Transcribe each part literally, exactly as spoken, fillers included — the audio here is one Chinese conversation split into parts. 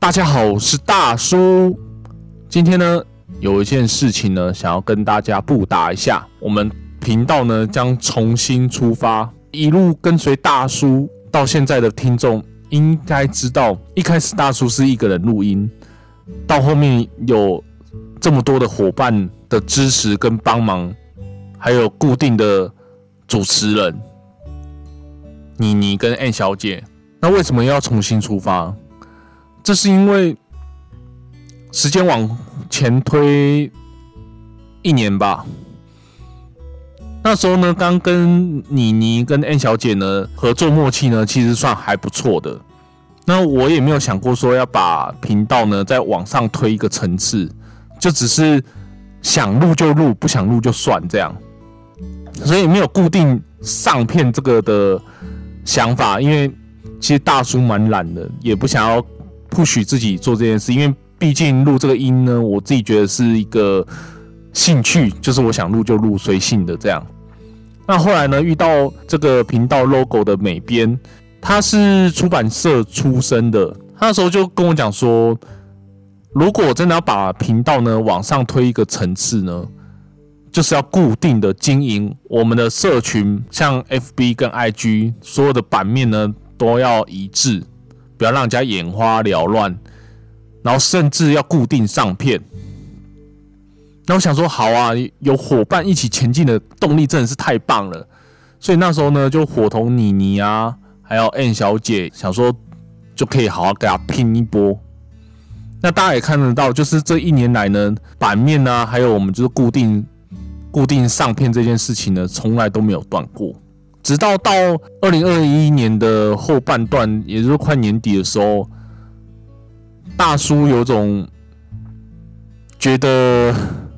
大家好，我是大叔。今天呢，有一件事情呢，想要跟大家布达一下。我们频道呢将重新出发，一路跟随大叔到现在的听众应该知道，一开始大叔是一个人录音，到后面有这么多的伙伴的支持跟帮忙，还有固定的主持人妮妮跟 N 小姐。那为什么要重新出发？这是因为时间往前推一年吧。那时候呢，刚跟妮妮跟 N 小姐呢合作默契呢，其实算还不错的。那我也没有想过说要把频道呢再往上推一个层次，就只是想录就录，不想录就算这样。所以没有固定上片这个的想法，因为其实大叔蛮懒的，也不想要push自己做这件事，因为毕竟录这个音呢，我自己觉得是一个兴趣，就是我想录就录，随性的这样。那后来呢，遇到这个频道 logo 的美编，他是出版社出身的，他那时候就跟我讲说，如果我真的要把频道呢往上推一个层次呢，就是要固定的经营我们的社群，像 F B 跟 I G 所有的版面呢都要一致。不要让人家眼花缭乱，然后甚至要固定上片。那我想说，好啊，有伙伴一起前进的动力真的是太棒了。所以那时候呢，就伙同妮妮啊，还有 N 小姐，想说就可以好好给她拼一波。那大家也看得到，就是这一年来呢，版面啊，还有我们就是固定固定上片这件事情呢，从来都没有断过。直到到二零二一年的后半段，也就是快年底的时候，大叔有种觉得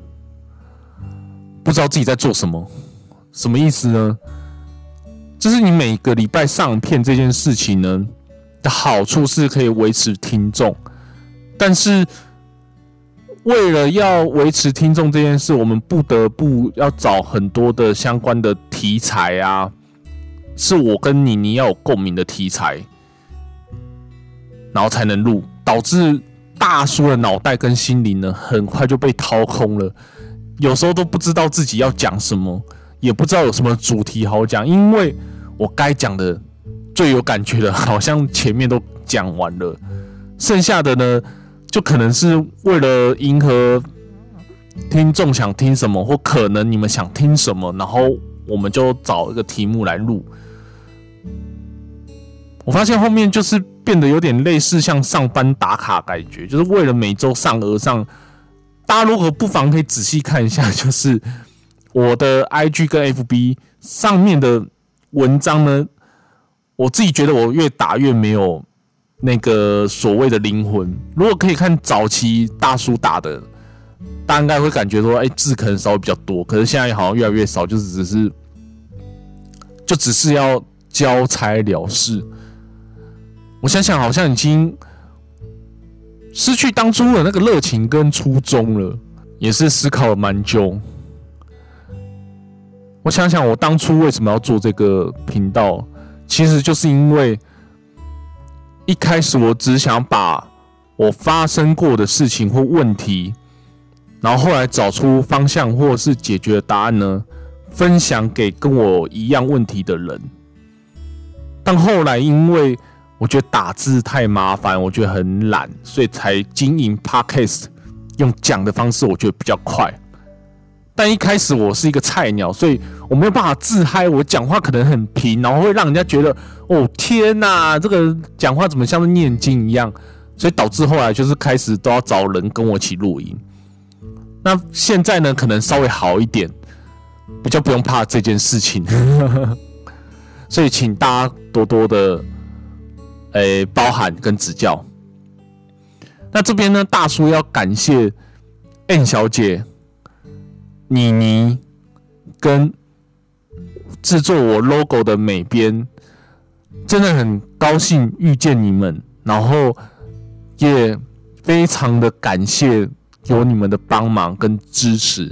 不知道自己在做什么。什么意思呢？就是你每个礼拜上片这件事情呢的好处是可以维持听众，但是为了要维持听众这件事，我们不得不要找很多的相关的题材啊。是我跟妮妮要有共鸣的题材，然后才能录，导致大叔的脑袋跟心灵呢，很快就被掏空了。有时候都不知道自己要讲什么，也不知道有什么主题好讲，因为我该讲的最有感觉的，好像前面都讲完了，剩下的呢，就可能是为了迎合听众想听什么，或可能你们想听什么，然后我们就找一个题目来录。我发现后面就是变得有点类似像上班打卡感觉，就是为了每周上而上。大家如果不妨可以仔细看一下，就是我的 I G 跟 F B 上面的文章呢，我自己觉得我越打越没有那个所谓的灵魂。如果可以看早期大叔打的，大家应该会感觉说，哎，字可能稍微比较多，可是现在好像越来越少，就只是就只是要交差了事。我想想，好像已经失去当初的那个热情跟初衷了，也是思考了蛮久。我想想，我当初为什么要做这个频道，其实就是因为一开始我只想把我发生过的事情或问题，然后后来找出方向或是解决的答案呢，分享给跟我一样问题的人。但后来因为我觉得打字太麻烦，我觉得很懒，所以才经营 Podcast， 用讲的方式，我觉得比较快。但一开始我是一个菜鸟，所以我没有办法自嗨，我讲话可能很平，然后会让人家觉得，哦天哪，这个讲话怎么像是念经一样？所以导致后来就是开始都要找人跟我一起录音。那现在呢，可能稍微好一点，比较不用怕这件事情。所以请大家多多的。诶，包涵跟指教。那这边呢，大叔要感谢 N 小姐、妮妮跟制作我 logo 的美编，真的很高兴遇见你们，然后也非常的感谢有你们的帮忙跟支持。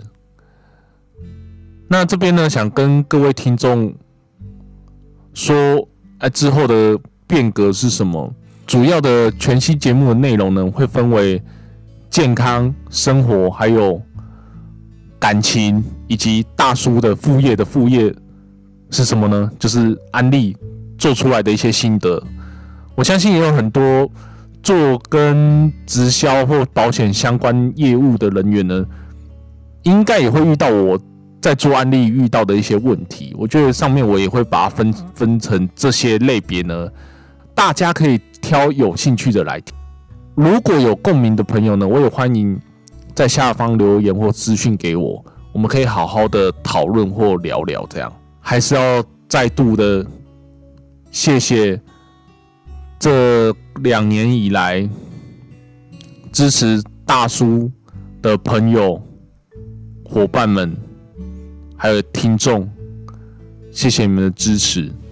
那这边呢，想跟各位听众说，哎，之后的变革是什么？ 主要的全息节目的内容呢，会分为健康、生活，还有感情，以及大叔的副业的副业是什么呢？就是安利做出来的一些心得。我相信也有很多做跟直销或保险相关业务的人员呢，应该也会遇到我在做案例遇到的一些问题。我觉得上面我也会把它分分成这些类别呢，大家可以挑有兴趣的来听。如果有共鸣的朋友呢，我也欢迎在下方留言或资讯给我，我们可以好好的讨论或聊聊。这样还是要再度的谢谢这两年以来支持大叔的朋友、伙伴们，还有听众，谢谢你们的支持。